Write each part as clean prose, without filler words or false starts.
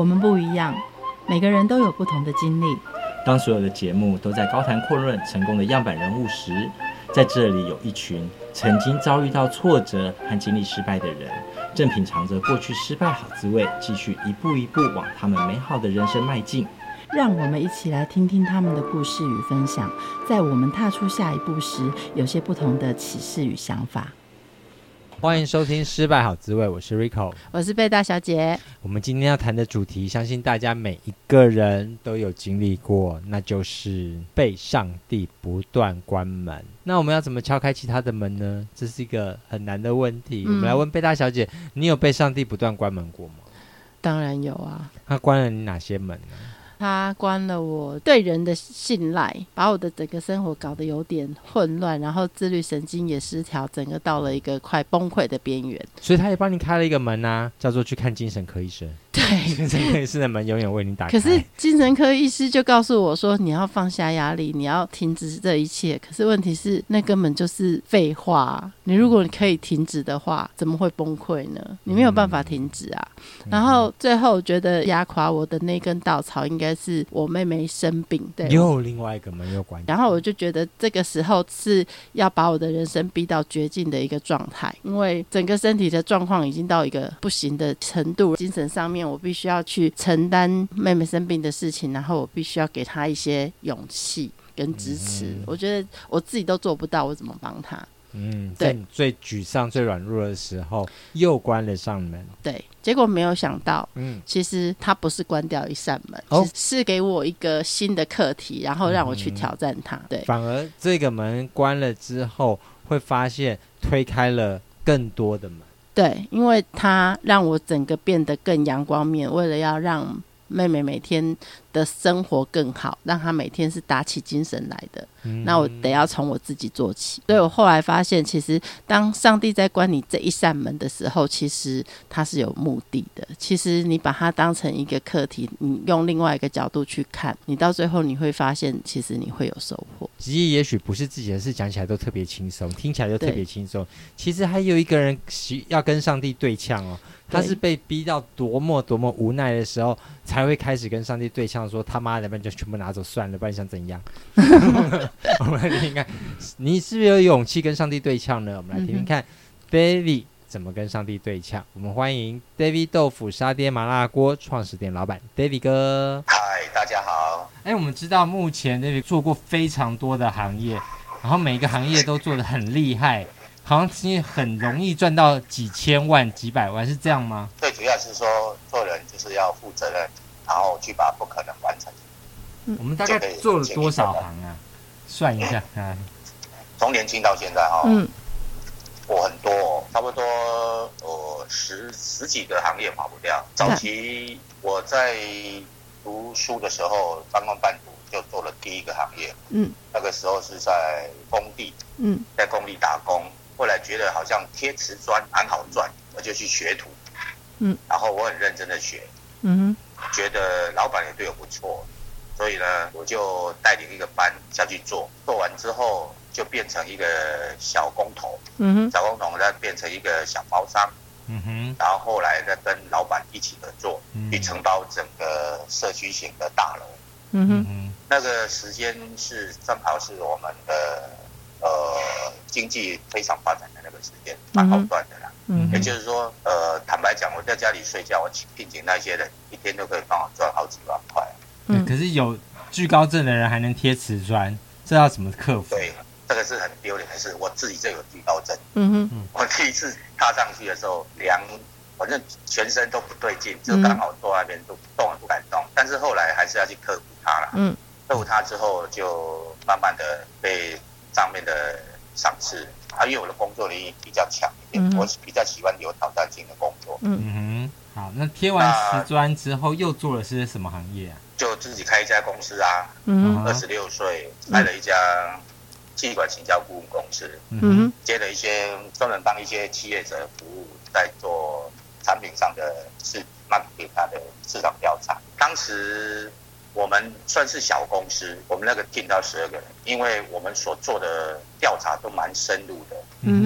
我们不一样，每个人都有不同的经历。 当所有的节目都在高谈阔论成功的样板人物时，在这里有一群曾经遭遇到挫折和经历失败的人，正品尝着过去失败好滋味，继续一步一步往他们美好的人生迈进。 让我们一起来听听他们的故事与分享，在我们踏出下一步时，有些不同的启示与想法。 欢迎收听失败好滋味，我是 Rico， 我是贝大小姐。 我们今天要谈的主题，相信大家每一个人都有经历过，那就是被上帝不断关门。那我们要怎么敲开其他的门呢？这是一个很难的问题。我们来问贝大小姐，你有被上帝不断关门过吗？ 当然有啊。 他关了你哪些门呢？ 他关了我对人的信赖，把我的整个生活搞得有点混乱，然后自律神经也失调，整个到了一个快崩溃的边缘。 所以他也帮你开了一个门啊，叫做去看精神科医生。 对， 精神科医师的门永远为你打开。 可是精神科医师就告诉我说，你要放下压力，你要停止这一切。可是问题是，那根本就是废话啊。你如果你可以停止的话，怎么会崩溃呢？你没有办法停止啊。然后最后觉得压垮我的那根稻草，应该是我妹妹生病，对， 又另外一个门又关。 然后我就觉得这个时候是要把我的人生逼到绝境的一个状态，因为整个身体的状况已经到一个不行的程度，精神上面我必须要去承担妹妹生病的事情，然后我必须要给她一些勇气跟支持。我觉得我自己都做不到，我怎么帮她？ 在你最沮丧、最软弱的时候，又关了上门。 对，结果没有想到，其实它不是关掉一扇门，是给我一个新的课题，然后让我去挑战它。对， 反而这个门关了之后，会发现推开了更多的门。 对，因为它让我整个变得更阳光面，为了要让妹妹每天的生活更好，让她每天是打起精神来的。那我得要从我自己做起。所以我后来发现，其实当上帝在关你这一扇门的时候，其实他是有目的的。其实你把它当成一个课题，你用另外一个角度去看，你到最后你会发现，其实你会有收获。 其实也许不是自己的事，讲起来都特别轻松，听起来就特别轻松。其实还有一个人要跟上帝对呛哦。他是被逼到多么多么无奈的时候，才会开始跟上帝对呛，说他妈的，不然就全部拿走算了，不然你想怎样？我们来听听看，你是不是有勇气跟上帝对呛呢？我们来听听看 David 怎么跟上帝对呛。我们欢迎 David 豆腐沙爹麻辣锅创始店老板 David 哥。 嗨，大家好。 我们知道目前 David 做过非常多的行业，然后每个行业都做得很厉害。好像其实很容易赚到几千万、几百万，是这样吗？ 最主要是说，做人就是要负责任，然后去把不可能完成。 我们大概做了多少行啊？算一下啊。 从年轻到现在我很多差不多十几个行业跑不掉。早期我在读书的时候，半工半读就做了第一个行业。那个时候是在工地，在工地打工。后来觉得好像贴瓷砖蛮好赚，我就去学徒，然后我很认真的学，觉得老板也对我不错，所以呢，我就带领一个班下去做，做完之后就变成一个小工头，小工头再变成一个小包商，然后后来再跟老板一起合作，去承包整个社区型的大楼，那个时间是正好是我们的。经济非常发展的那个时间，蛮好赚的啦。也就是说，坦白讲，我在家里睡觉，我聘请那些人，一天都可以帮我赚好几万块。 可是有惧高症的人还能贴瓷砖，这要怎么克服？ 对，这个是很丢脸的事。我自己就有惧高症。我第一次踏上去的时候，反正全身都不对劲，就刚好坐那边动也不敢动。但是后来还是要去克服它啦。克服它之后，就慢慢的被上面的赏识因为我的工作力比较强一点，我比较喜欢有挑战性的工作。 好，那贴完瓷砖之后又做的是什么行业啊？ 就自己开一家公司啊，26岁开了一家企管行销顾问公司，接了一些专门帮一些企业者服务，在做产品上的marketing它的市场调查。当时我们算是小公司，我们那个 team 到12个人，因为我们所做的调查都蛮深入的。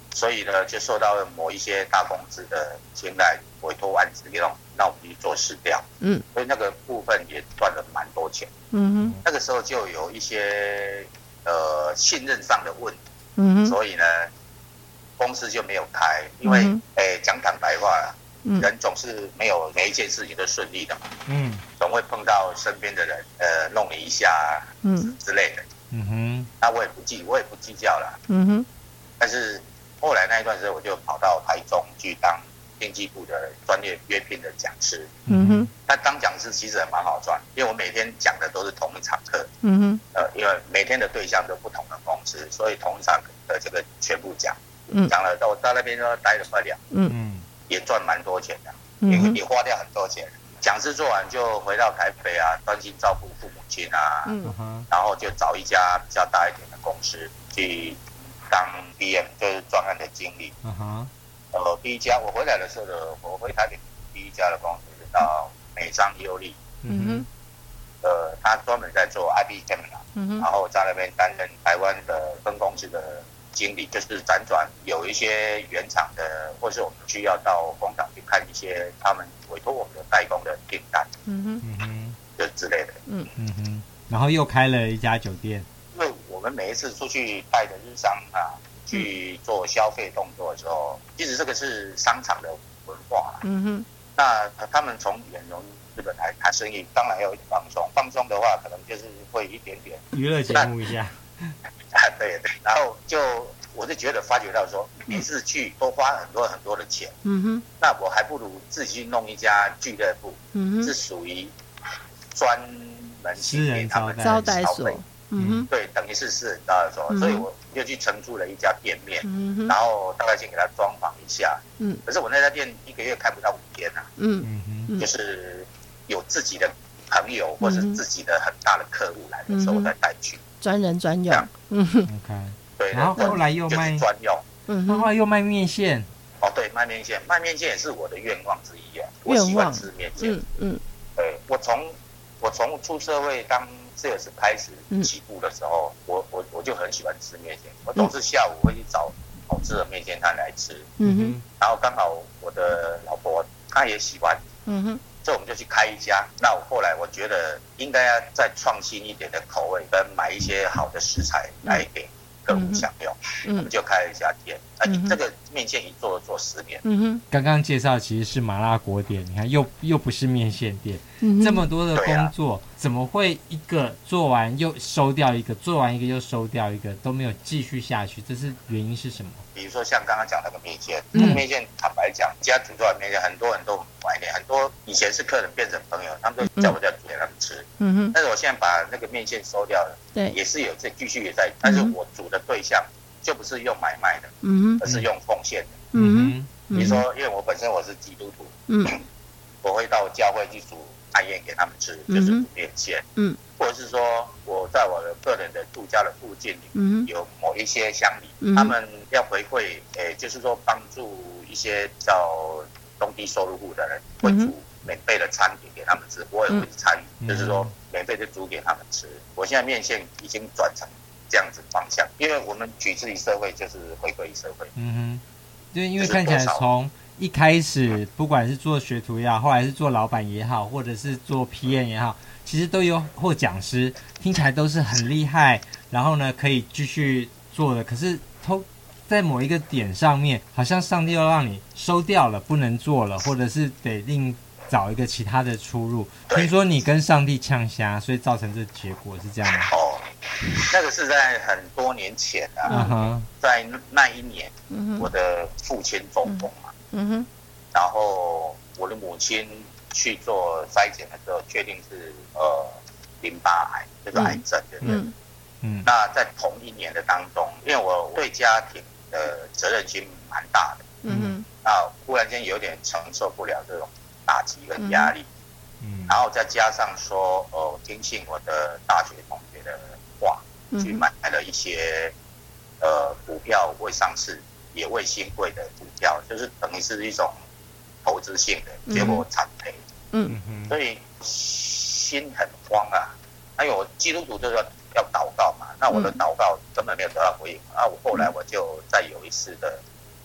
所以呢，就受到某一些大公司的青睐，委托案子给让我们去做市调，所以那个部分也赚了蛮多钱。那个时候就有一些信任上的问题，所以呢，公司就没有开，因为讲坦白话啦，人总是没有每一件事情都顺利的嘛，总会碰到身边的人弄你一下之类的，那我也不计较啦，但是后来那一段时间我就跑到台中去当经济部的专业约聘的讲师，那当讲师其实也蛮好赚，因为我每天讲的都是同一场课，因为每天的对象都不同的公司，所以同一场的这个全部讲了，我到那边都待了快2年，也赚蛮多钱的，也花掉很多钱。讲师做完就回到台北啊，专心照顾父母亲啊，然后就找一家比较大一点的公司去当 BM， 就是专案的经理。第一家我回来的时候我回台北第一家的公司是到美商优利，他专门在做 IP camera，然后在那边担任台湾的分公司的经理，就是辗转有一些原厂的，或是我们需要到工厂去看一些他们委托我们的代工的订单，就之类的。 然后又开了一家酒店。 因为我们每一次出去带的日商啊，去做消费动作的时候，其实这个是商场的文化。那他们从远从日本来谈生意，当然要有一点放松。放松的话，可能就是会一点点娱乐节目一下。 对，然后我就觉得发觉到说，每次去都花很多的钱，那我还不如自己去弄一家俱乐部，是属于专门私人招待所， 对，等于是私人招待所，所以我就去承租了一家店面，然后大概先给他装潢一下，可是我那家店1个月开不到5天啊，就是有自己的朋友或是自己的很大的客户来的时候，我再带去。 专人专用 ，OK， 对， 然后后来又卖专用， 后来又卖面线， 对，卖面线也是我的愿望之一啊，我喜欢吃面线，对，我从出社会当 sales 开始起步的时候，我就很喜欢吃面线，我总是下午会去找好吃的面线摊来吃，然后刚好我的老婆她也喜欢，所以我们就去开一家。那我后来我觉得应该要再创新一点的口味，跟买一些好的食材来给客户享用，我们就开了一家店。这个面线一做10年。 刚刚介绍其实是麻辣锅店，你看又不是面线店，这么多的工作，怎么会一个做完又收掉一个，做完一个又收掉一个，都没有继续下去？这是原因是什么？ 比如说像刚刚讲那个面线，面线坦白讲，家煮出来的面线很多人都很怀念，很多以前是客人变成朋友，他们都叫我煮给他们吃。但是我现在把那个面线收掉了，也是有继续也在，但是我煮的对象就不是用买卖的，而是用奉献的。比如说，因为我本身我是基督徒，我会到教会去煮爱宴给他们吃，就是煮面线。或者是说我在我的个人的住家的附近里，有某一些乡里，他们要回馈，就是说帮助一些比较中低收入户的人，会煮免费的餐品给他们吃，我也会参与，就是说免费的煮给他们吃。我现在面线已经转成这样子方向，因为我们取之于社会，就是回归于社会。 就因为看起来从一开始，不管是做学徒也好，后来是做老板也好，或者是做 PM 也好，其实都有或讲师，听起来都是很厉害，然后呢可以继续做的。可是在某一个点上面，好像上帝又让你收掉了，不能做了，或者是得另找一个其他的出路。听说你跟上帝呛虾，所以造成这结果是这样吗？ 那个是在很多年前啊，在那一年，我的父亲中风嘛，然后我的母亲去做筛检的时候，确定是淋巴癌，就是癌症的。那在同一年的当中，因为我对家庭的责任心蛮大的，那忽然间有点承受不了这种打击跟压力，然后再加上说，听信我的大学同学的话，去买了一些股票未上市也未新贵的股票，就是等于是一种投资性的，结果惨赔。所以心很慌啊。还有基督徒就是要祷告嘛，那我的祷告根本没有得到回应。我后来我就再有一次的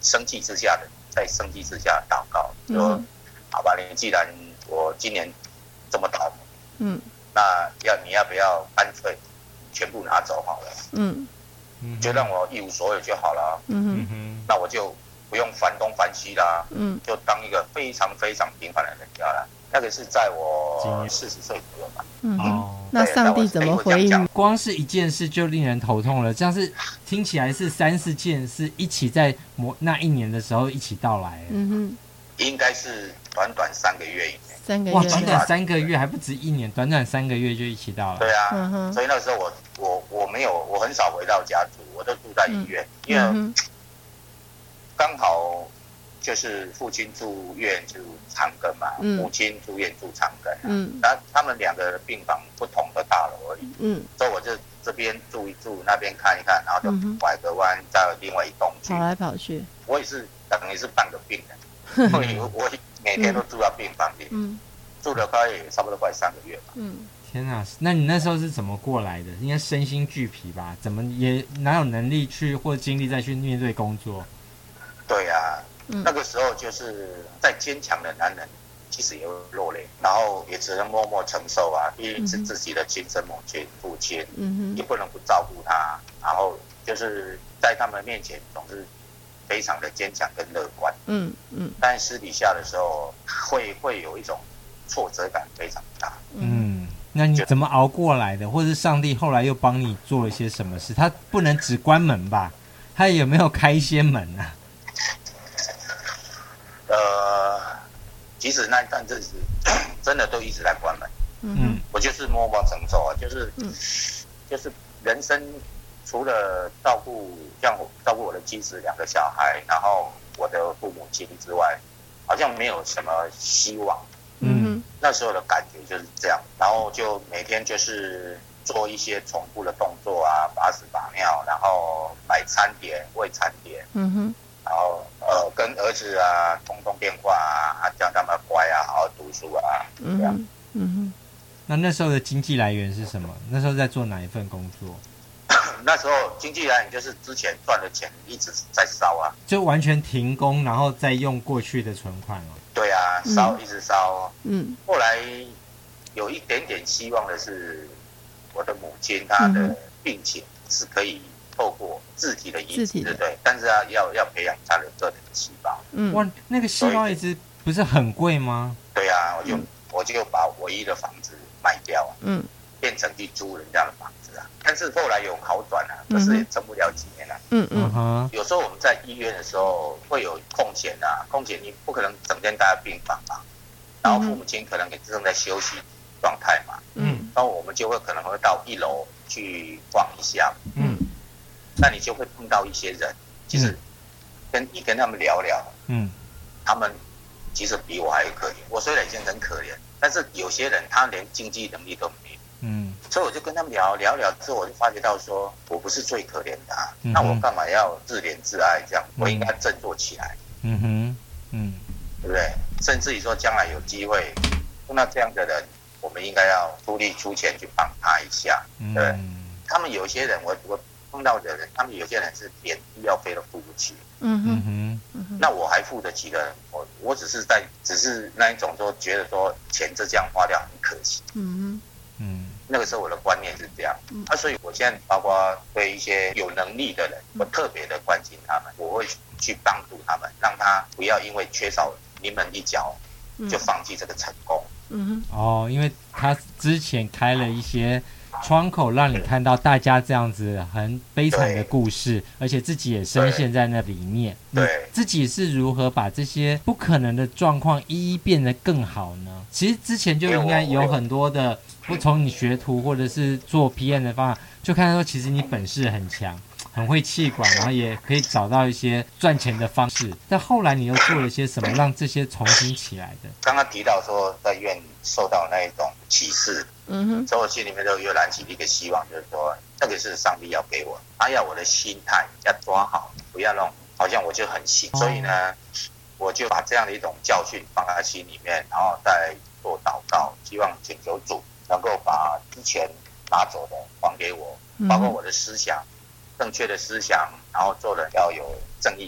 生气之下祷告，说好吧，你既然我今年这么倒霉，那你要不要干脆全部拿走好了，就让我一无所有就好了，那我就不用烦东烦西啦，就当一个非常非常平凡的人家了。那个是在我40岁左右吧。 那上帝怎么回应？ 光是一件事就令人头痛了，这样是听起来是3-4件是一起在那一年的时候一起到来。 应该是短短3个月以内。 3个月， 哇，短短3个月还不止1年，短短3个月就一起到了。 对啊，所以那时候我很少回到家住，我都住在医院，因为刚好就是父亲住院住长庚嘛，母亲住院住长庚，他们2个病房不同的大楼而已，所以我就这边住一住，那边看一看，然后就拐个弯在另外一栋去， 跑来跑去。 我也是等于是半个病人，所以我每天都住到病房里，住了大概也差不多快3个月吧。 天哪，那你那时候是怎么过来的？应该身心俱疲吧？怎么也哪有能力去或精力再去面对工作？ 对啊，那个时候就是再坚强的男人，其实也会落泪，然后也只能默默承受啊。毕竟是自己的亲生母亲、父亲，也不能不照顾他，然后就是在他们面前总是非常的坚强跟乐观。但私底下的时候会有一种挫折感非常大。 那你怎么熬过来的？或者是上帝后来又帮你做了些什么事？他不能只关门吧？他有没有开一些门啊？ 其实那一段日子真的都一直在关门。我就是默默承受啊，就是人生除了照顾我的妻子2个小孩，然后我的父母亲之外，好像没有什么希望。那时候的感觉就是这样，然后就每天就是做一些重复的动作啊，把屎把尿，然后买餐点、喂餐点，然后跟儿子啊通电话啊，叫他们乖啊，好好读书啊，这样。 那时候的经济来源是什么？那时候在做哪一份工作？ 那时候经济来源就是之前赚的钱一直在烧啊， 就完全停工，然后再用过去的存款哦。 对啊，烧一直烧。后来有一点点希望的是，我的母亲她的病情是可以透过自体的移植，对，但是要培养她的个人的细胞。 哇，那个细胞移植不是很贵吗？ 对啊，我就把唯一的房子卖掉啊，变成去租人家的房子啊。但是后来有好转啊，可是也撑不了几年啊。有时候我们在医院的时候会有空闲啊，空闲你不可能整天待在病房嘛，然后父母亲可能也正在休息状态嘛，然后我们就会可能会到1楼去逛一下，那你就会碰到一些人，其实跟他们聊聊，他们其实比我还可怜。我虽然已经很可怜，但是有些人他连经济能力都没有。所以我就跟他们聊之后，我就发觉到说，我不是最可怜的啊，那我干嘛要自怜自爱这样？我应该振作起来，对不对？甚至于说将来有机会碰到这样的人，我们应该要出力出钱去帮他一下，对。他们有些人我碰到的人，他们有些人是连医药费都付不起，那我还付得起的，我只是那一种说觉得说钱就这样花掉很可惜，那个时候我的观念是这样，所以我现在包括对一些有能力的人，我特别的关心他们，我会去帮助他们，让他不要因为缺少临门一脚就放弃这个成功。 因为他之前开了一些窗口，让你看到大家这样子很悲惨的故事，而且自己也深陷在那里面。 对， 自己是如何把这些不可能的状况一一变得更好呢？其实之前就应该有很多的，不从你学徒或者是做 PM 的方法，就看到说其实你本事很强，很会气管，然后也可以找到一些赚钱的方式。但后来你又做了些什么，让这些重新起来的？ 刚刚提到说在医院受到那一种歧视，所以我心里面都有燃起一个希望，就是说那个是上帝要给我，他要我的心态要抓好，不要那种好像我就很行，所以呢，我就把这样的一种教训放在心里面，然后再做祷告，希望请求主能够把之前拿走的还给我，包括我的思想，正确的思想，然后做人要有正义感，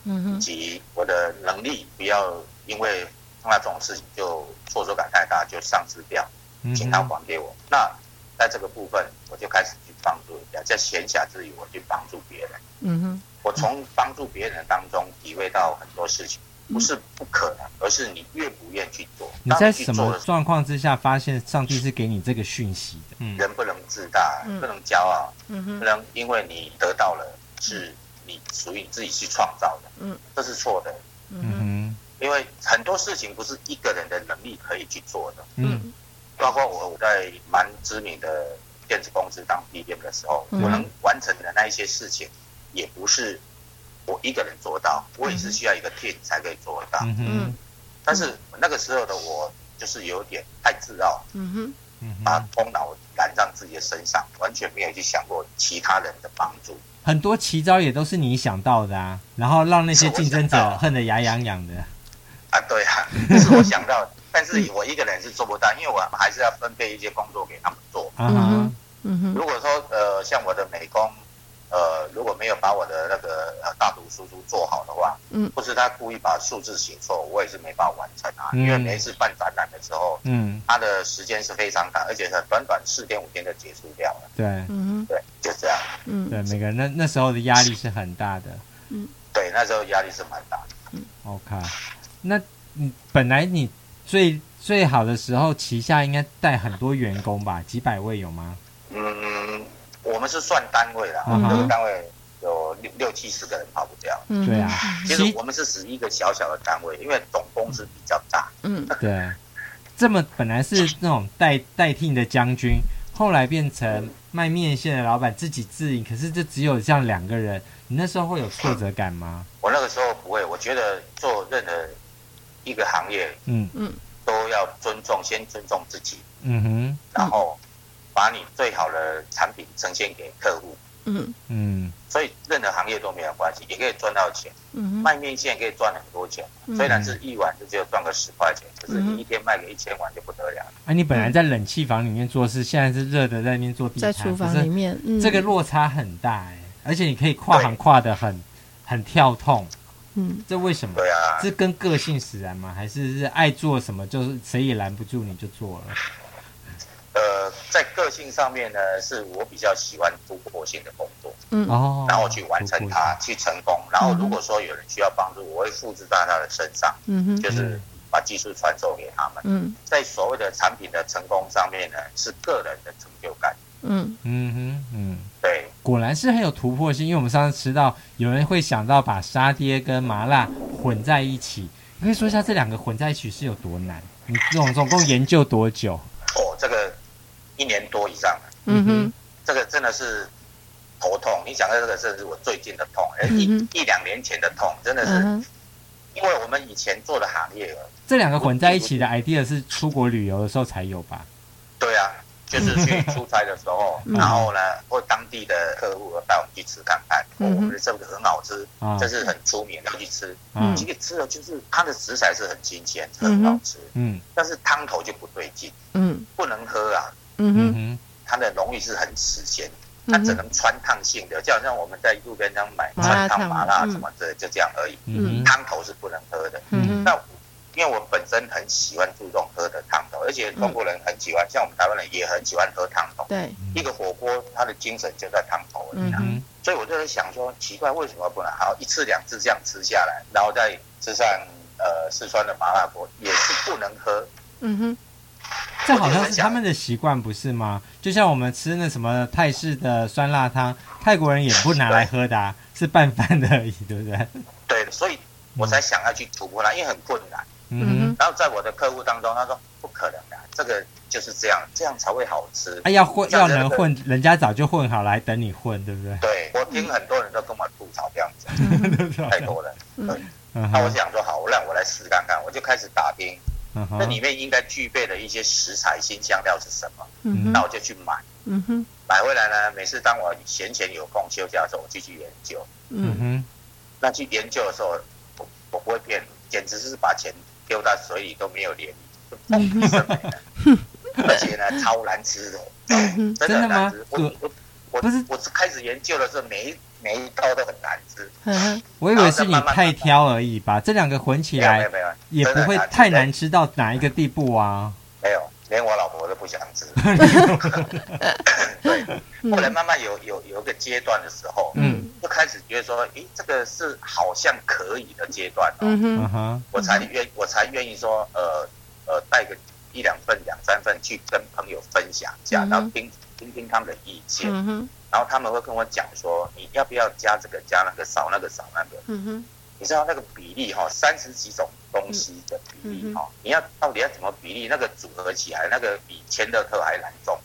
以及我的能力不要因为碰到这种事情就挫折感太大就丧失掉，请他还给我。那在这个部分，我就开始去帮助人家，在闲暇之余，我去帮助别人。我从帮助别人当中体会到很多事情，不是不可能，而是你愿不愿意去做。 你在什么状况之下发现上帝是给你这个讯息的？ 人不能自大，不能骄傲，不能因为你得到了是你属于你自己去创造的，这是错的。因为很多事情不是一个人的能力可以去做的。包括我在蛮知名的电子公司当 PM 的时候，我能完成的那一些事情，也不是我一个人做到，我也是需要一个 team 才可以做得到。但是那个时候的我就是有点太自傲，把头脑揽上自己的身上，完全没有去想过其他人的帮助。 很多奇招也都是你想到的啊，然后让那些竞争者恨得牙痒痒的。 对啊，这是我想到的。但是我一个人是做不到，因为我还是要分配一些工作给他们做。如果说像我的美工，如果没有把我的那个大图输出做好的话，或是他故意把数字写错，我也是没办法完成啊。因为每一次办展览的时候，他的时间是非常赶，而且是短短4天5天就结束掉了。 对， 对，就这样。 对，每个人那时候的压力是很大的。 对，那时候压力是蛮大的。 OK， 那本来你最好的时候，旗下应该带很多员工吧？几百位有吗？ 我们是算单位啦，我们这个单位有60-70个人跑不掉。 对啊， 其实我们是11个小小的单位，因为总公司比较大。 对，这么本来是那种代替的将军，后来变成卖面线的老板，自己自营，可是这只有这样2个人，你那时候会有挫折感吗？ 我那个时候不会，我觉得做任何一个行业，都要先尊重自己，然后把你最好的产品呈现给客户，所以任何行业都没有关系，也可以赚到钱，卖面线可以赚很多钱，虽然是一碗就只有赚个10块钱，可是你一天卖个1000碗就不得了。 你本来在冷气房里面做事，现在是热的在那边做地毯， 在厨房里面， 这个落差很大而且你可以跨行跨得很跳痛。这为什么？ 对啊， 这跟个性使然吗？还是爱做什么就是谁也拦不住你就做了？ 在个性上面呢，是我比较喜欢突破性的工作，然后去完成它，去成功。然后如果说有人需要帮助，我会复制在他的身上，就是把技术传授给他们。在所谓的产品的成功上面呢，是个人的成就感。对， 果然是很有突破性。因为我们上次吃到有人会想到把沙爹跟麻辣混在一起，你可以说一下这2个混在一起是有多难？你总共研究多久？ 这个1年多以上了。这个真的是头痛。你讲的这个是我最近的痛，一两年前的痛，真的是，因为我们以前做的行业， 这2个混在一起的 idea 是出国旅游的时候才有吧？ 对啊，就是去出差的时候，然后呢，或当地的客户带我们去吃看看，我们的这个很好吃，这是很出名，要去吃。其实吃了就是它的食材是很新鲜，很好吃。但是汤头就不对劲，不能喝啊。它的浓郁是很死咸，它只能穿烫性的，就好像我们在路边上买穿烫麻辣什么的，就这样而已。汤头是不能喝的。那因为我本身很喜欢注重喝的汤头，而且中国人很喜欢，像我们台湾人也很喜欢喝汤头。 对， 一个火锅它的精神就在汤头里面。所以我就在想说，奇怪，为什么不能好1次2次这样吃下来，然后再吃上四川的麻辣锅，也是不能喝。 这好像是他们的习惯，不是吗？就像我们吃那什么泰式的酸辣汤，泰国人也不拿来喝的是拌饭的而已，对不对？ 对，所以我才想要去突破它，因为很困难。然后在我的客户当中，他说不可能的，这个就是这样才会好吃。 要能混，人家早就混好了，还等你混，对不对？ 对，我听很多人都跟我吐槽这样子，太多了。那我想说好，让我来试看看，我就开始打听。那里面应该具备的一些食材、新香料是什么？那我就去买。买回来呢，每次当我闲钱有空休假的时候，我就去研究。那去研究的时候，我不会骗你，简直是把钱丢到水里都没有涟漪，风一声没了。而且呢，超难吃的，真的难吃。我开始研究的时候，每每一道都很难吃。 我以为是你太挑而已吧？这两个混起来也不会太难吃到哪一个地步啊？ 没有，连我老婆都不想吃。对，后来慢慢有一个阶段的时候，就开始觉得说，诶，这个是好像可以的阶段哦，我才愿意说，带个1、2份、2、3份去跟朋友分享一下，然后听他们的意见，然后他们会跟我讲说，你要不要加这个加那个，少那个少那个，你知道那个比例哈，30几种东西的比例哈，你到底要怎么比例？那个组合起来，那个比千乐特还难中。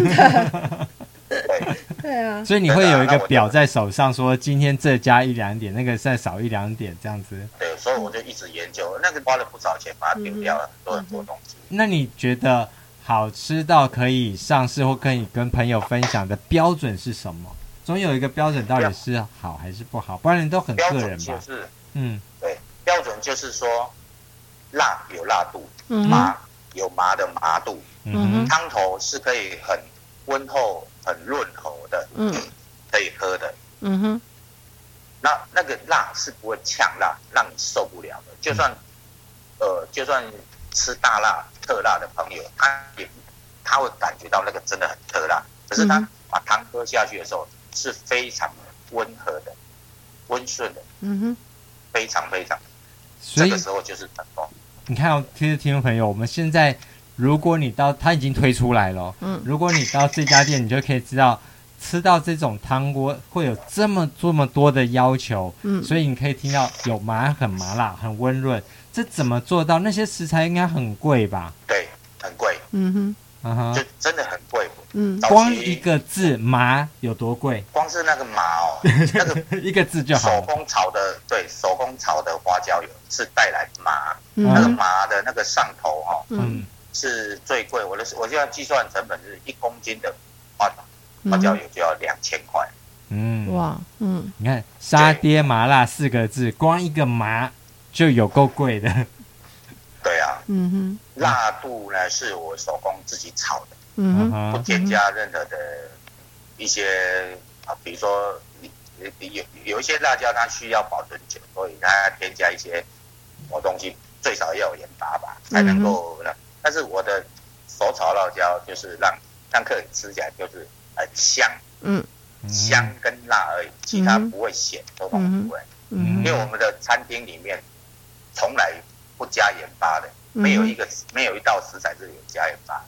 对啊， 所以你会有一个表在手上，说今天这加1、2点，那个再少1、2点，这样子。 对，所以我就一直研究，那个花了不少钱，把它丢掉了很多东西。 那你觉得好吃到可以上市或可以跟朋友分享的标准是什么？总有一个标准，到底是好还是不好？不然你都很个人吧。 标准就是，对，标准就是说，辣有辣度，麻有麻的麻度，汤头是可以很温厚、很润喉的，可以喝的，那个辣是不会呛辣，让你受不了的。就算吃大辣、特辣的朋友，他会感觉到那个真的很特辣，可是他把汤喝下去的时候是非常温和的、温顺的，非常非常，这个时候就是成功。 你看哦，听众朋友，我们现在如果你到它已经推出来了，如果你到这家店，你就可以知道吃到这种汤锅会有这么多的要求，所以你可以听到有很麻辣、很温润，这怎么做到？那些食材应该很贵吧？ 对，很贵，就真的很贵。 光一个字麻有多贵？ 光是那个麻哦，那个一个字就好。 手工炒的花椒油是带来麻，那个麻的那个上头是最贵。我现在计算成本是1公斤的花椒油就要2000块。 你看沙爹麻辣4个字，光一个麻就有够贵的。 对啊，辣度呢是我手工自己炒的，不添加任何的一些比如说有一些辣椒它需要保存久，所以它添加一些什么东西，最少要有盐巴吧，才能够。但是我的手炒辣椒就是让客人吃起来就是很香，香跟辣而已，其他不会咸，都不会。因为我们的餐厅里面从来不加盐巴的，没有一道食材是有加盐巴。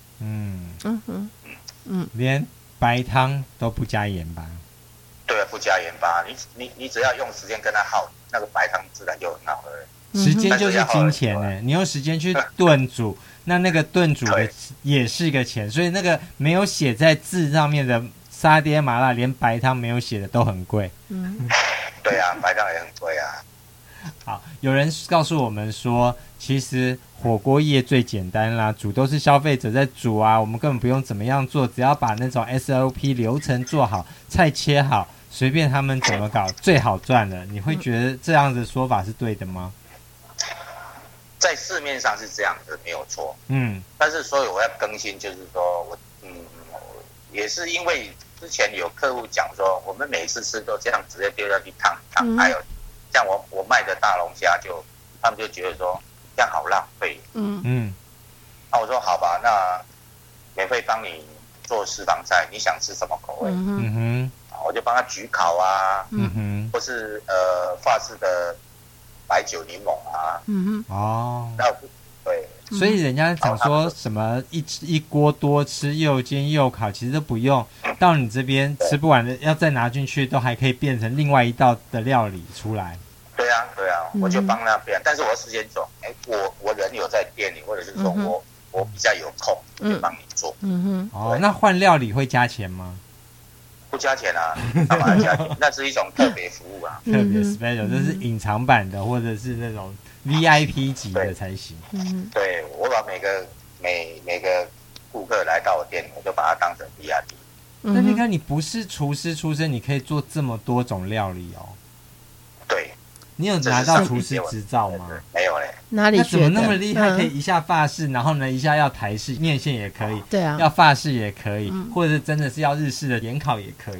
连白汤都不加盐巴。 对啊，不加盐巴，你只要用时间跟它耗，那个白汤自然就很好喝。 时间就是金钱呢，你用时间去炖煮，那个炖煮的也是一个钱，所以那个没有写在字上面的沙爹麻辣，连白汤没有写的都很贵。 对啊，白汤也很贵啊。 好，有人告诉我们说，其实火锅业最简单啦，煮都是消费者在煮啊，我们根本不用怎么样做，只要把那种 SOP 流程做好，菜切好，随便他们怎么搞，最好赚了。你会觉得这样的说法是对的吗？ 在市面上是这样的，没有错。但是所以我要更新，就是说也是因为之前有客户讲说，我们每次吃都这样直接丢下去烫，还有像我卖的大龙虾他们就觉得说这样好浪费。那我说好吧，那免费帮你做私房菜，你想吃什么口味？我就帮他焗烤啊，或是法式的白酒柠檬啊。那对。 所以人家讲说什么一锅多吃，又煎又烤，其实都不用到你这边吃不完的，要再拿进去，都还可以变成另外一道的料理出来。 对啊，我就帮他变，但是我时间做，我人有在店里，或者是说我比较有空，就帮你做。 那换料理会加钱吗？ 不加钱啊，干嘛加钱？那是一种特别服务啊， 特别 special， 这是隐藏版的，或者是那种 VIP 级的才行。 对，我把每个顾客来到我店里，我就把它当成 VIP。 那你看，你不是厨师出身，你可以做这么多种料理哦。 对， 你有拿到厨师执照吗？ 没有嘞。 哪里学的？ 那怎么那么厉害？可以一下法式，然后呢一下要台式面线也可以， 对啊， 要法式也可以，或者是真的是要日式的盐烤也可以。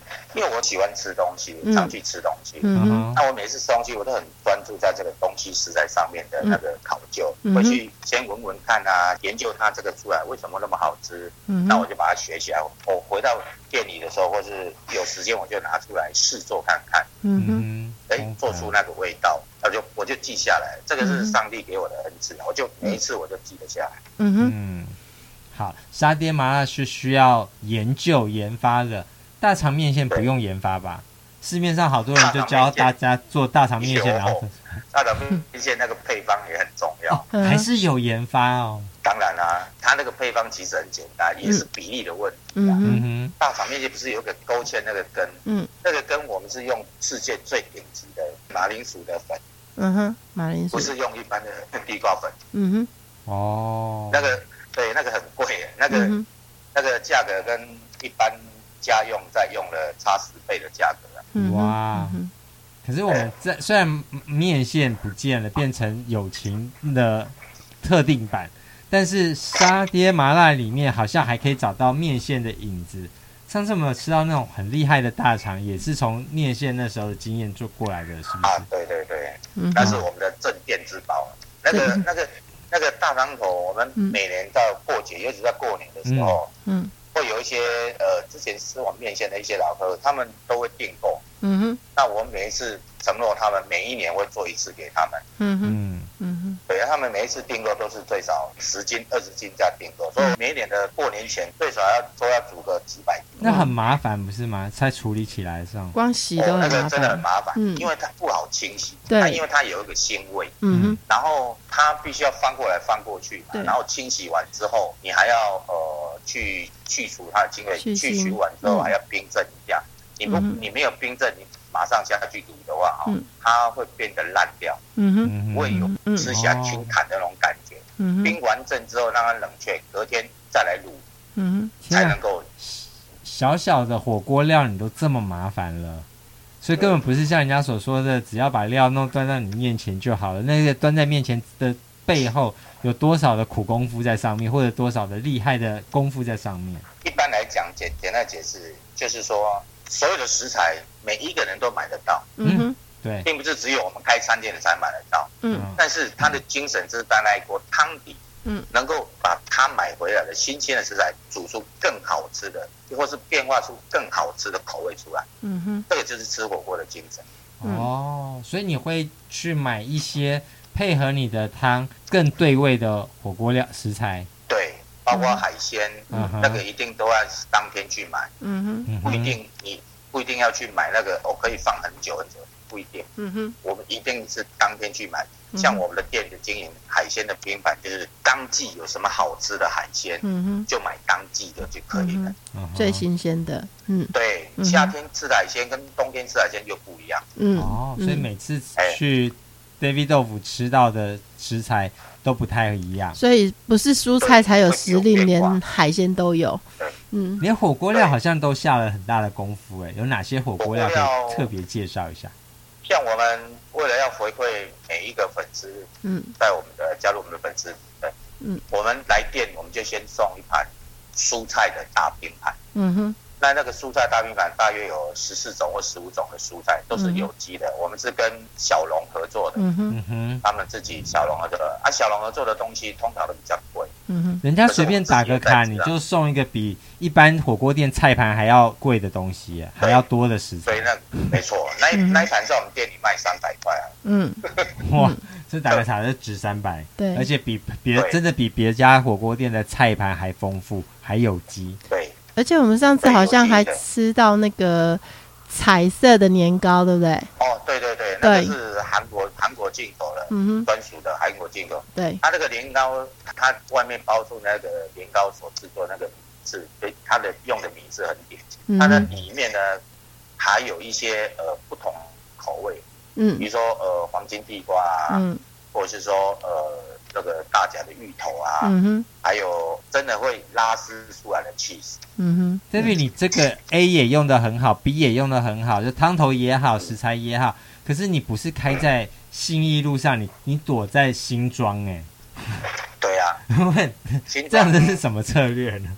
因为我喜欢吃东西，常去吃东西。那我每次吃东西，我都很专注在这个东西食材上面的那个考究，会去先闻闻看啊，研究它这个出来为什么那么好吃。那我就把它学起来。我回到店里的时候，或是有时间，我就拿出来试做看看。做出那个味道，我就记下来。这个是上帝给我的恩赐，我就每一次我就记得下来。 好，沙爹麻辣是需要研究研发的，大肠面线不用研发吧？市面上好多人就教大家做大肠面线，然后大肠面线那个配方也很重要， 还是有研发哦。 当然啦，它那个配方其实很简单，也是比例的问题。大肠面线不是有个勾芡那个根？那个根我们是用世界最顶级的马铃薯的粉。 马铃薯不是用一般的地瓜粉。那个对，那个很贵，那个价格跟一般家用在用了差10倍的价格。 哇！可是我们虽然面线不见了，变成友情的特定版，但是沙爹麻辣里面好像还可以找到面线的影子。上次我们有吃到那种很厉害的大肠，也是从面线那时候的经验做过来的，是不是？ 对对对，那是我们的镇店之宝。那个大肠头，我们每年到过节，尤其在过年的时候，会有一些之前吃完面线的一些老客户，他们都会订购。那我们每一次承诺他们每一年会做一次给他们。对，他们每一次订购都是最少10斤、20斤这样订购，所以每一年的过年前最少要煮个几百斤。 那很麻烦不是吗？在处理起来上， 光洗都很麻烦。 那个真的很麻烦，因为它不好清洗。 对， 因为它有一个腥味。然后它必须要翻过来翻过去嘛，然后清洗完之后，你还要去除它的腥味，去除完之后还要冰镇一下。你没有冰镇，你马上下去卤的话，它会变得烂掉，不会有吃起来清弹的那种感觉。冰完镇之后让它冷却，隔天再来卤，才能够。 小小的火锅料你都这么麻烦了，所以根本不是像人家所说的，只要把料端到你面前就好了。那个端在面前的背后有多少的苦功夫在上面，或者多少的厉害的功夫在上面？ 一般来讲，简单解释就是说，所有的食材每一个人都买得到。 对， 并不是只有我们开餐店的才买得到。但是它的精神是在那一锅汤底，能够把它买回来的新鲜的食材煮出更好吃的，或是变化出更好吃的口味出来。这个就是吃火锅的精神。 所以你会去买一些配合你的汤更对味的火锅料食材。 对，包括海鲜，那个一定都要当天去买。不一定要去买那个可以放很久很久，不一定。我们一定是当天去买。像我们的店的经营海鲜的拼盘，就是当季有什么好吃的海鲜，就买当季的就可以了。 最新鲜的。 对，夏天吃的海鲜跟冬天吃的海鲜又不一样。 所以每次去 David 豆腐吃到的食材都不太一样。 所以不是蔬菜才有时令，连海鲜都有。 连火锅料好像都下了很大的功夫。有哪些火锅料可以特别介绍一下？ 像我们为了要回馈每一个粉丝，在我们的加入我们的粉丝，我们来店我们就先送一盘蔬菜的大拼盘。那个蔬菜大拼盘大约有14种或15种的蔬菜，都是有机的。我们是跟小农合作的，他们自己小农合作的。小农合作的东西通常都比较贵。 人家随便打个卡，你就送一个比一般火锅店菜盘还要贵的东西，还要多的食材。 所以没错，那一盘在我们店里卖300块啊。 哇，这打个卡就值300， 对， 而且真的比别家火锅店的菜盘还丰富，还有机。 对。 而且我们上次好像还吃到那个彩色的年糕，对不对？ 对对对，那个是韩国进口的，专属的韩国进口。对，它这个年糕，它外面包出那个年糕所制作那个米是，它的用的米是很典型。它的里面呢还有一些不同口味，比如说黄金地瓜啊，或者是说这个大甲的芋头啊，还有真的会拉丝出来的cheese。 David，你这个 A 也用得很好 ，B 也用得很好，就汤头也好，食材也好。可是你不是开在信义路上，你躲在新庄对啊。 这样子是什么策略呢？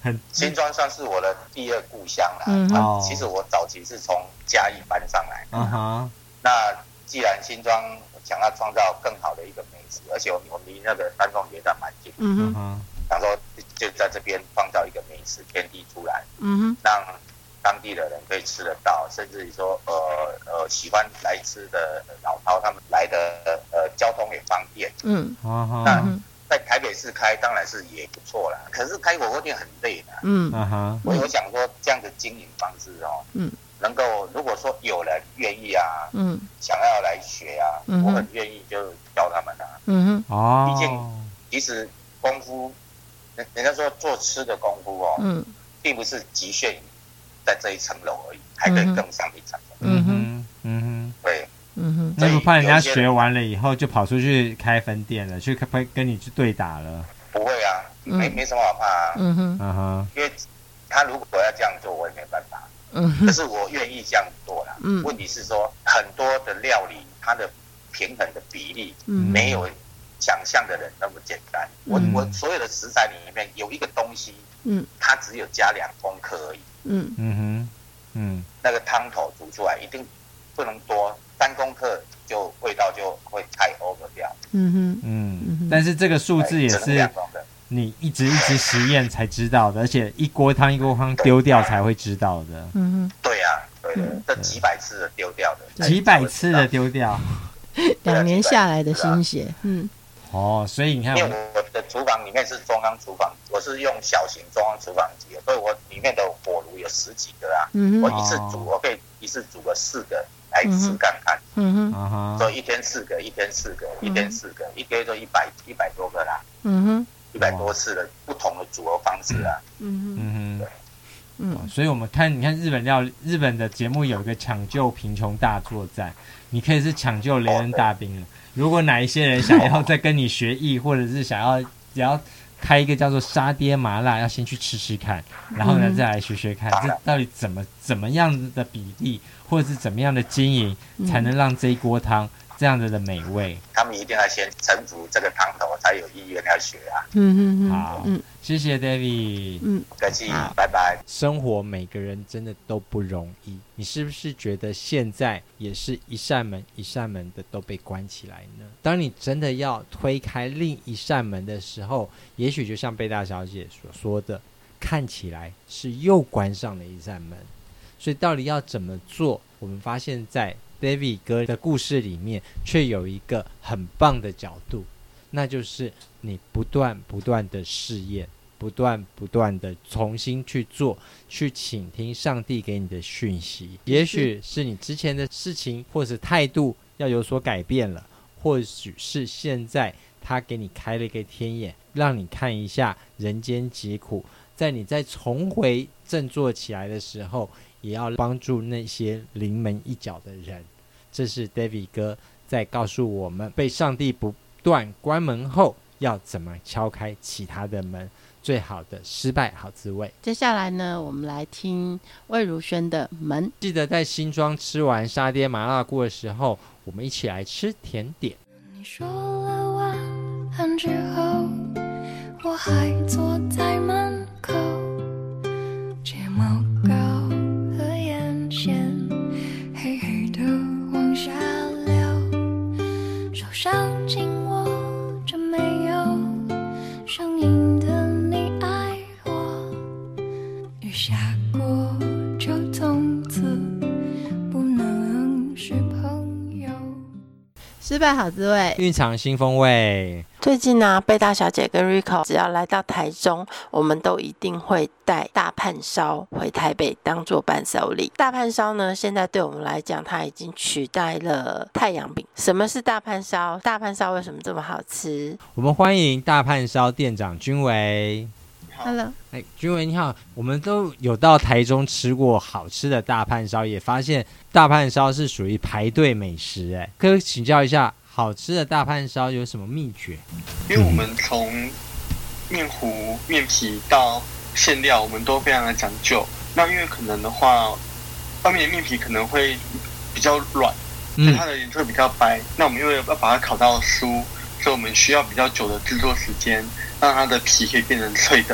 新庄算是我的第二故乡啦。其实我早期是从嘉义搬上来。那既然新庄想要创造更好的一个美食，而且我离那个三凤捷站蛮近，想说就在这边创造一个美食天地出来，让当地的人可以吃得到，甚至于说喜欢来吃的老饕他们来的交通也方便。那在台北市开当然是也不错啦，可是开火锅店很累的。我有想说这样的经营方式能够如果说有人愿意想要来学我很愿意就教他们毕竟其实功夫，人家说做吃的功夫并不是局限于在这一层楼而已，还可以更上一层楼。对。 那不怕人家学完了以后就跑出去开分店了，去跟你去对打了？ 不会啊，没什么好怕因为他如果要这样做，我也没办法。可是我愿意这样做啦。问题是说很多的料理，它的平衡的比例没有想象的人那么简单。我所有的食材里面有一个东西，它只有加2公克而已。那个汤头煮出来一定不能多，3公克就味道就会太 over 掉。 但是这个数字也是你一直实验才知道的，而且一锅汤丢掉才会知道的。 对啊，对的，这几百次的丢掉的， 几百次的丢掉 ，2年下来的心血。 所以你看， 因为我的厨房里面是中央厨房，我是用小型中央厨房机，所以我里面的火炉有10几个啦。我一次煮，我可以一次煮个4个来吃看看。所以一天4个，一天4个，一天4个，一个月就100多个啦。100多次的不同的组合方式啊。 所以我们你看日本的节目有一个抢救贫穷大作战，你可以是抢救雷恩大兵了。如果哪一些人想要再跟你学艺，或者是想要开一个叫做沙爹麻辣，要先去吃吃看，然后呢再来学看，这到底怎么样的比例，或者是怎么样的经营，才能让这一锅汤这样的美味？ 他们一定要先臣服这个汤头，才有意愿要学啊。 好，谢谢 David。 客气，拜拜。 生活每个人真的都不容易，你是不是觉得现在也是一扇门一扇门的都被关起来呢？当你真的要推开另一扇门的时候，也许就像贝大小姐所说的，看起来是又关上了一扇门。所以到底要怎么做？我们发现在David 哥的故事里面却有一个很棒的角度，那就是你不断的试验，不断的重新去做，去倾听上帝给你的讯息。也许是你之前的事情或者态度要有所改变了，或许是现在他给你开了一个天眼，让你看一下人间疾苦，在你再重回振作起来的时候，也要帮助那些临门一脚的人。这是 David 哥在告诉我们，被上帝不断关门后要怎么敲开其他的门，最好的失败好滋味。 接下来呢，我们来听魏如萱的门。 记得在新庄吃完沙爹麻辣锅的时候，我们一起来吃甜点。 你说了晚安之后，我还坐在门口，睫毛膏和眼线黑黑的往下流，手上紧握着没有声音的你爱我，雨下过就从此不能是朋友。 失败好滋味， 蕴藏新风味。 最近呢，贝大小姐跟 Rico 只要来到台中，我们都一定会带大炭烧回台北当做伴手礼。大炭烧呢，现在对我们来讲，它已经取代了太阳饼。什么是大炭烧？大炭烧为什么这么好吃？ 我们欢迎大炭烧店长君维。 Hello， 君维你好，我们都有到台中吃过好吃的大炭烧，也发现大炭烧是属于排队美食。可以请教一下，好吃的大炭烧有什么秘诀？ 因为我们从面糊、面皮到馅料，我们都非常的讲究。那因为可能的话，外面的面皮可能会比较软，所以它的颜色会比较白。那我们因为要把它烤到酥，所以我们需要比较久的制作时间，让它的皮可以变成脆的。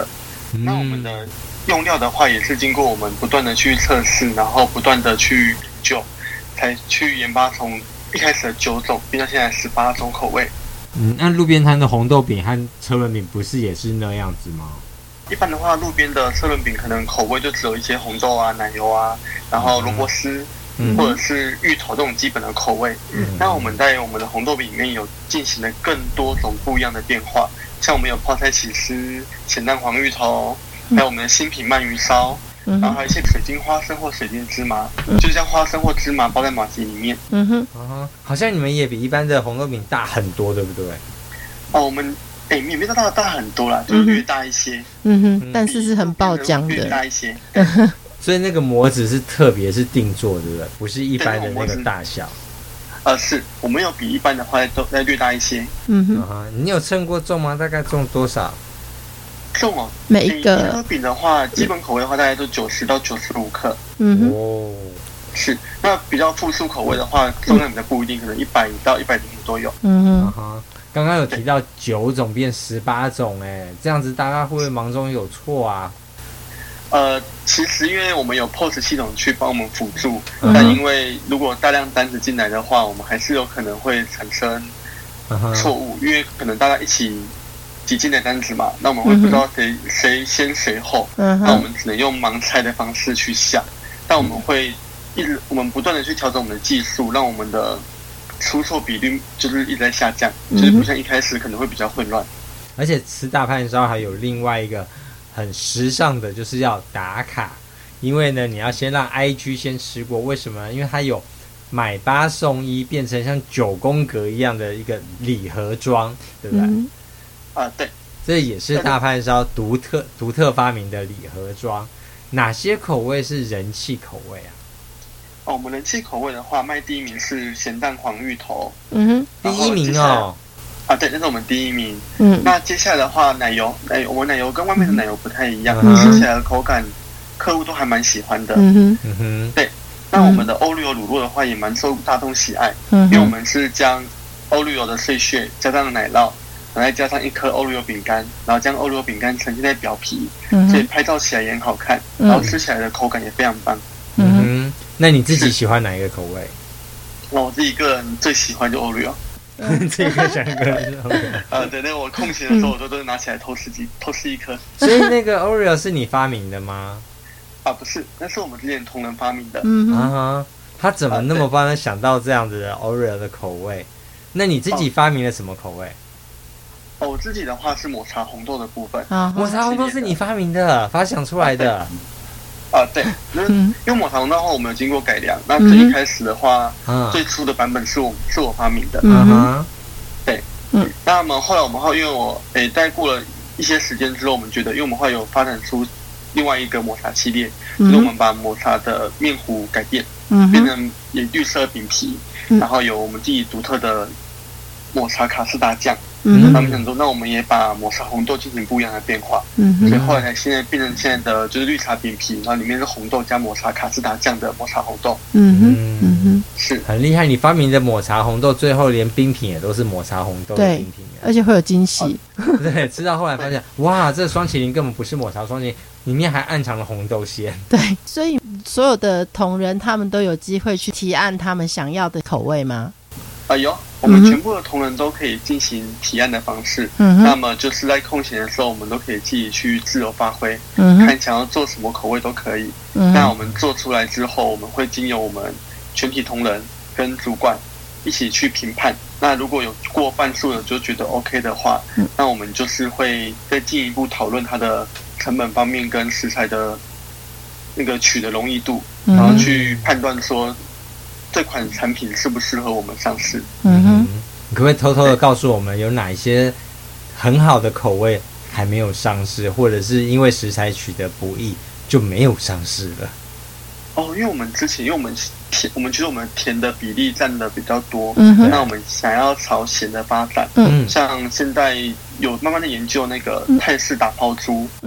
那我们的用料的话，也是经过我们不断的去测试，然后不断的去研究，才去研发从一开始的9种变到现在18种口味。 那路边摊的红豆饼和车轮饼不是也是那样子吗？ 一般的话，路边的车轮饼可能口味就只有一些红豆啊、奶油啊，然后萝卜丝。或者是芋头这种基本的口味，那我们在我们的红豆饼里面有进行了更多种不一样的变化，像我们有泡菜起司、咸蛋黄芋头，还有我们的新品鳗鱼烧，然后还有一些水晶花生或水晶芝麻，就是将花生或芝麻包在麻糬里面。 好像你们也比一般的红豆饼大很多，对不对？ 我们也没有大很多啦，就是略大一些。 但是是很爆浆的， 略大一些。 所以那个模子是特别是定做，对不对？不是一般的那个大小。 是我们有比一般的话再略大一些。 你有称过重吗？大概重多少？ 重哦， 每一颗饼的话，基本口味的话大概都90到95克。是。那比较复数口味的话，重量比较不一定，可能100到105都有。 刚刚有提到9种变18种，这样子大家会不会忙中有错啊？ 其实因为我们有 POS 系统去帮我们辅助，但因为如果大量单子进来的话，我们还是有可能会产生错误，因为可能大家一起挤进来单子嘛，那我们会不知道谁先谁后，那我们只能用盲猜的方式去下，但我们会我们不断的去调整我们的技术，让我们的出错比率就是一直在下降，就是不像一开始可能会比较混乱。 而且吃大盘烧还有另外一个很时尚的，就是要打卡，因为呢，你要先让 IG 先吃过，为什么呢？因为它有买8送1，变成像9宫格一样的一个礼盒装，对不对？ 对， 这也是大盘烧独特发明的礼盒装。哪些口味是人气口味啊？ 我们人气口味的话，卖第1名是咸蛋黄芋头。 第1名哦。 对，那是我们第1名。那接下来的话，奶油，我们奶油跟外面的奶油不太一样，吃起来的口感，客户都还蛮喜欢的。对。那我们的欧绿油乳酪的话，也蛮受大众喜爱，因为我们是将欧绿油的碎屑加上奶酪，然后再加上1颗欧绿油饼干，然后将欧绿油饼干呈现在表皮，所以拍照起来也很好看，然后吃起来的口感也非常棒。 那你自己喜欢哪一个口味？ 我自己个人最喜欢就欧绿油。 这个想个人对，那我空闲的时候，我都拿起来偷吃1颗。 所以那个 Oreo 是你发明的吗？ 不是，那是我们之前同仁发明的。 他怎么那么帮他想到这样子的 Oreo 的口味？那你自己发明了什么口味？ 我自己的话是抹茶红豆的部分。 抹茶红豆是你发明的，发想出来的。 对，因为抹茶红豆的话，我们有经过改良。那最一开始的话，最初的版本是我发明的。对，那么后来因为我在过了一些时间之后，我们觉得，因为我们后来有发展出另外一个抹茶系列，就是我们把抹茶的面糊改变，变成也绿色饼皮，然后有我们自己独特的抹茶卡士达酱。他们想说，那我们也把抹茶红豆进行不一样的变化，所以后来才现在变成现在的就是绿茶饼皮，然后里面是红豆加抹茶卡士达酱的抹茶红豆。是很厉害。你发明的抹茶红豆，最后连冰品也都是抹茶红豆的冰品， 而且会有惊喜。 对，吃到后来发现，哇，这双麒麟根本不是抹茶双麒麟，里面还暗藏了红豆馅。 对，所以所有的同仁他们都有机会去提案他们想要的口味吗？ 有，我们全部的同仁都可以进行提案的方式。那么就是在空闲的时候，我们都可以自己去自由发挥，看想要做什么口味都可以。那我们做出来之后，我们会经由我们全体同仁跟主管一起去评判。那如果有过半数的就觉得 OK 的话，那我们就是会再进一步讨论它的成本方面跟食材的那个取的容易度，然后去判断说这款产品适不适合我们上市。 你可不可以偷偷的告诉我们，有哪一些很好的口味还没有上市，或者是因为食材取得不易就没有上市了？ 因为我们之前，因为我们觉得我们甜的比例占的比较多，那我们想要朝咸的发展。像现在有慢慢的研究那个泰式打抛猪，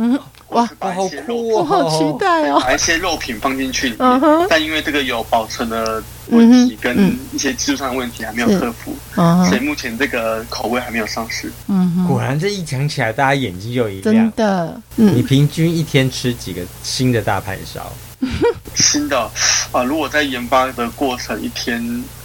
或是把一些肉， 我好期待哦！ 把一些肉品放进去里面，但因为这个有保存的问题跟一些技术上的问题还没有克服，所以目前这个口味还没有上市。 果然这一讲起来，大家眼睛就一亮。 真的， 你平均一天吃几个新的大盘烧？ 新的如果在研发的过程，一天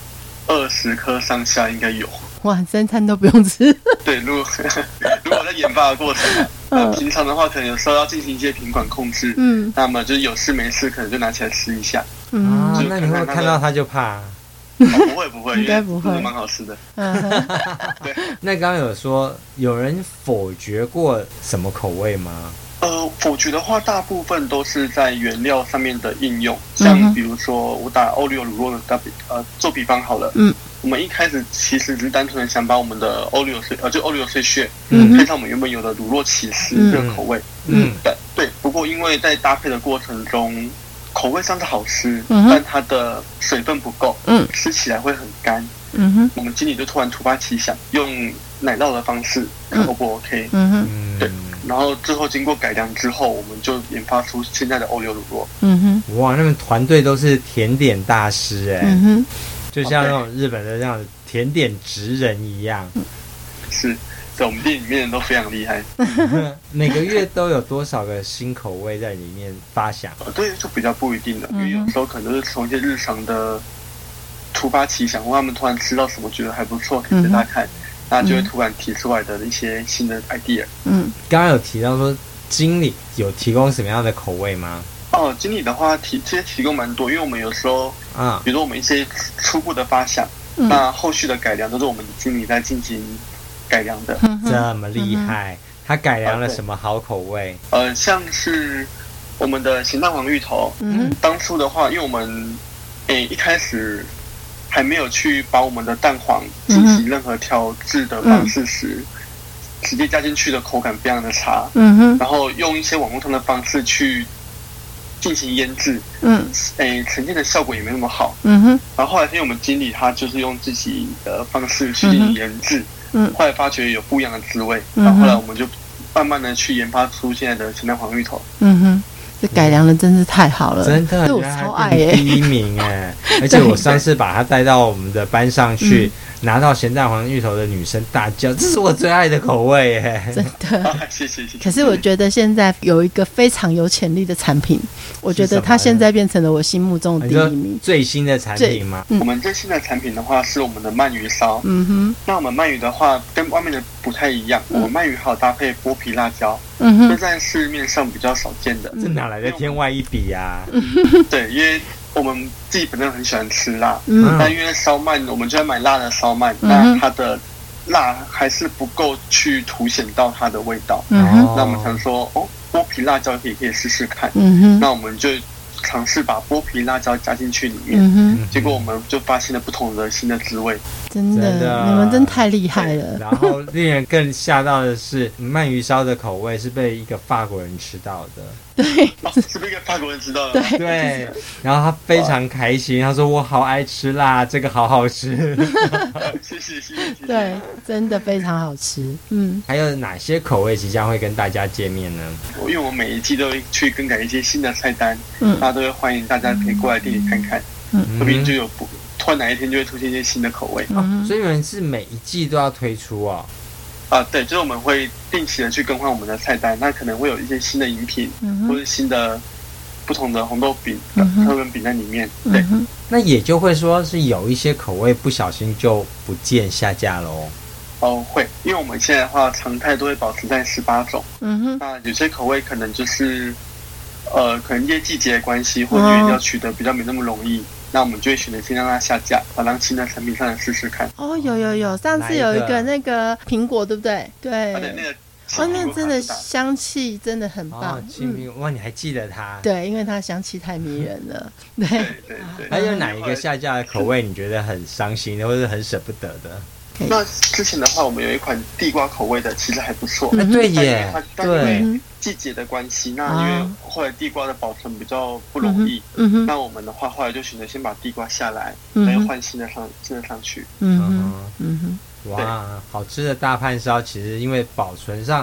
20颗上下应该有。 哇，3餐都不用吃。 对，如果在研发的过程，平常的话可能有时候要进行一些品管控制，那么就是有事没事可能就拿起来吃一下。 那你会看到它就怕？ 不会， 应该不会， 蛮好吃的。 对。那刚刚有说有人否决过什么口味吗？ 否决的话，大部分都是在原料上面的应用，像比如说我打欧利欧乳酪的做比方好了，我们一开始其实只是单纯的想把我们的欧利欧碎屑配上我们原本有的乳酪起司这个口味，对。不过因为在搭配的过程中，口味上是好吃，但它的水分不够，吃起来会很干。我们经理就突然突发奇想，用奶酪的方式，看 O 不 OK？对。然后最后经过改良之后，我们就研发出现在的欧流乳酪。 哇，那么团队都是甜点大师哎，就像那种日本的那种甜点职人一样。 是，在我们店里面人都非常厉害。 每个月都有多少个新口味在里面发想？ 对，就比较不一定了，因为有时候可能是从一些日常的突发奇想，或他们突然吃到什么觉得还不错，可以给大家看。那就会突然提出来的一些新的 idea。 刚刚有提到说经理有提供什么样的口味吗？ 经理的话其实提供蛮多，因为我们有时候比如说我们一些初步的发想，那后续的改良都是我们经理在进行改良的。 这么厉害，他改良了什么好口味？ 像是我们的咸蛋黄芋头，当初的话，因为我们一开始还没有去把我们的蛋黄进行任何调制的方式时，直接加进去的口感非常的差。然后用一些网络上的方式去进行腌制，呈现的效果也没那么好。然后后来因为我们经理他就是用自己的方式去进行腌制，后来发觉有不一样的滋味，然后后来我们就慢慢的去研发出现在的咸蛋黄芋头。 这改良的真是太好了， 真的， 我超爱耶！ 第一名哎，而且我上次把它带到我们的班上去，拿到咸蛋黄芋头的女生大叫：“这是我最爱的口味耶！” 真的， 谢谢。 可是我觉得现在有一个非常有潜力的产品，我觉得它现在变成了我心目中的第一名。 最新的产品吗？ 我们最新的产品的话是我们的鳗鱼烧。那我们鳗鱼的话跟外面的不太一样，我们鳗鱼还有搭配剥皮辣椒。这在市面上比较少见的， 这哪来的天外一笔啊？ 对，因为我们自己本身很喜欢吃辣，但因为烧鳗，我们就要买辣的烧鳗，那它的辣还是不够去凸显到它的味道。那我们想说，剥皮辣椒可以试试看。那我们就尝试把剥皮辣椒加进去里面，结果我们就发现了不同的新的滋味。 真的，你们真太厉害了。 然后令人更吓到的是，鳗鱼烧的口味是被一个法国人吃到的。 对， 是被一个法国人吃到的。 对，然后他非常开心，他说：“我好爱吃辣，这个好好吃。” 谢谢。 对，真的非常好吃。 还有哪些口味即将会跟大家见面呢？ 因为我每一季都会去更改一些新的菜单，大家都会欢迎大家可以过来店里看看。说不定就有突然哪一天就会出现一些新的口味。 所以你们是每一季都要推出哦？ 对，就是我们会定期的去更换我们的菜单，那可能会有一些新的饮品，或是新的不同的红豆饼、特仑饼在里面。对， 那也就会说是有一些口味不小心就不见下架喽。 会，因为我们现在的话常态都会保持在18种。那有些口味可能就是可能因为季节的关系，或者原料取得比较没那么容易。那我们就会选择先让它下架，让新的产品上来试试看。 有，上次有一个那个苹果，对不对？对， 那真的香气真的很棒。 哇，你还记得它？ 对，因为它香气太迷人了。对。 还有哪一个下架的口味你觉得很伤心的，或者很舍不得的？ 那之前的话，我们有一款地瓜口味的，其实还不错。 对耶， 对。季节的关系，那因为后来地瓜的保存比较不容易，那我们的话后来就选择先把地瓜下来，再换新的上去。 哇，好吃的大盘烧其实因为保存上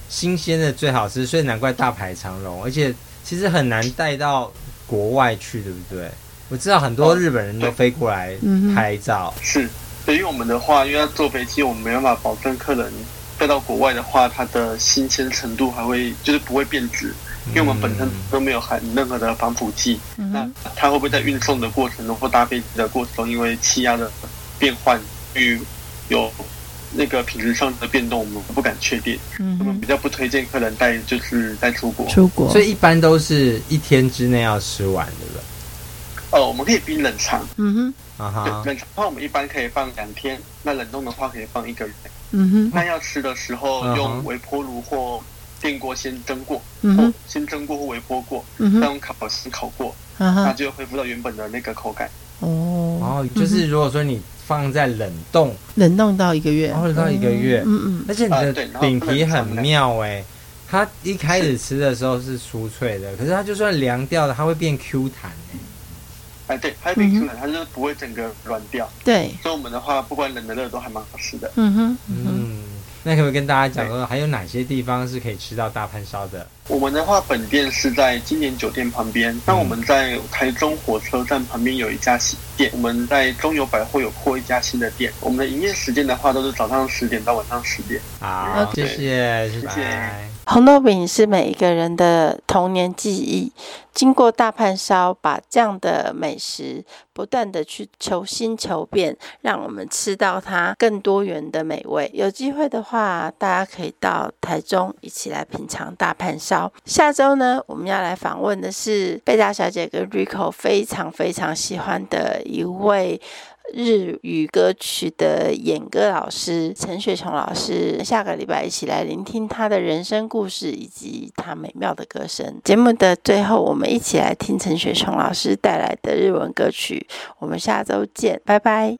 新鲜的最好吃，所以难怪大排长龙，而且其实很难带到国外去，对不对？我知道很多日本人都飞过来拍照。 是，对于我们的话，因为要坐飞机，我们没办法保证客人带到国外的话，它的新鲜程度还会就是不会变质，因为我们本身都没有含任何的防腐剂。那它会不会在运送的过程中或搭飞机的过程中，因为气压的变换与有那个品质上的变动，我们不敢确定。我们比较不推荐客人带出国。 所以一般都是1天之内要吃完，对不对？ 我们可以冰冷藏。对，冷藏的话我们一般可以放2天，那冷冻的话可以放1个月。那要吃的时候用微波炉或电锅先蒸过，或先蒸过或微波过，再用烤箱烤过，那就会恢复到原本的那个口感。 就是如果说你放在冷冻到1个月， 到1个月，而且你的饼皮很妙它一开始吃的时候是酥脆的，可是它就算凉掉了，它会变 Q 弹对，它会变 Q 弹，它就是不会整个软掉。 对， 所以我们的话，不管冷的热都还蛮好吃的。 那可不可以跟大家讲说，还有哪些地方是可以吃到大盘烧的？ 我们的话，本店是在金莲酒店旁边。那我们在台中火车站旁边有一家新店，我们在中友百货有扩一家新的店。我们的营业时间的话，都是早上10点到晚上10点。 好，谢谢。 红豆饼是每一个人的童年记忆，经过大盘烧，把这样的美食不断的去求新求变，让我们吃到它更多元的美味。有机会的话，大家可以到台中一起来品尝大盘烧。下周呢，我们要来访问的是贝大小姐跟 Rico 非常非常喜欢的一位日语歌曲的演歌老师陈雪琼老师，下个礼拜一起来聆听他的人生故事以及他美妙的歌声。节目的最后，我们一起来听陈雪琼老师带来的日文歌曲。我们下周见，拜拜。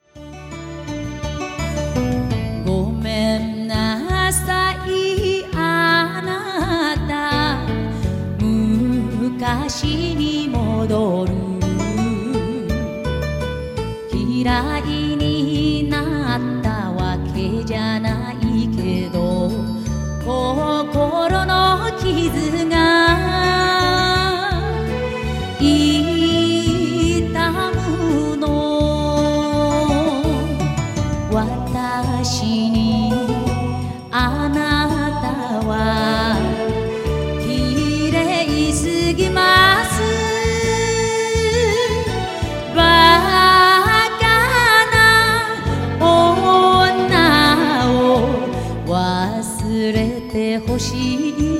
ごめんなさいあなた、昔に戻る嫌いになったわけじゃないけど、心の傷が痛むの。私にあなたは綺麗すぎます。忘れてほしい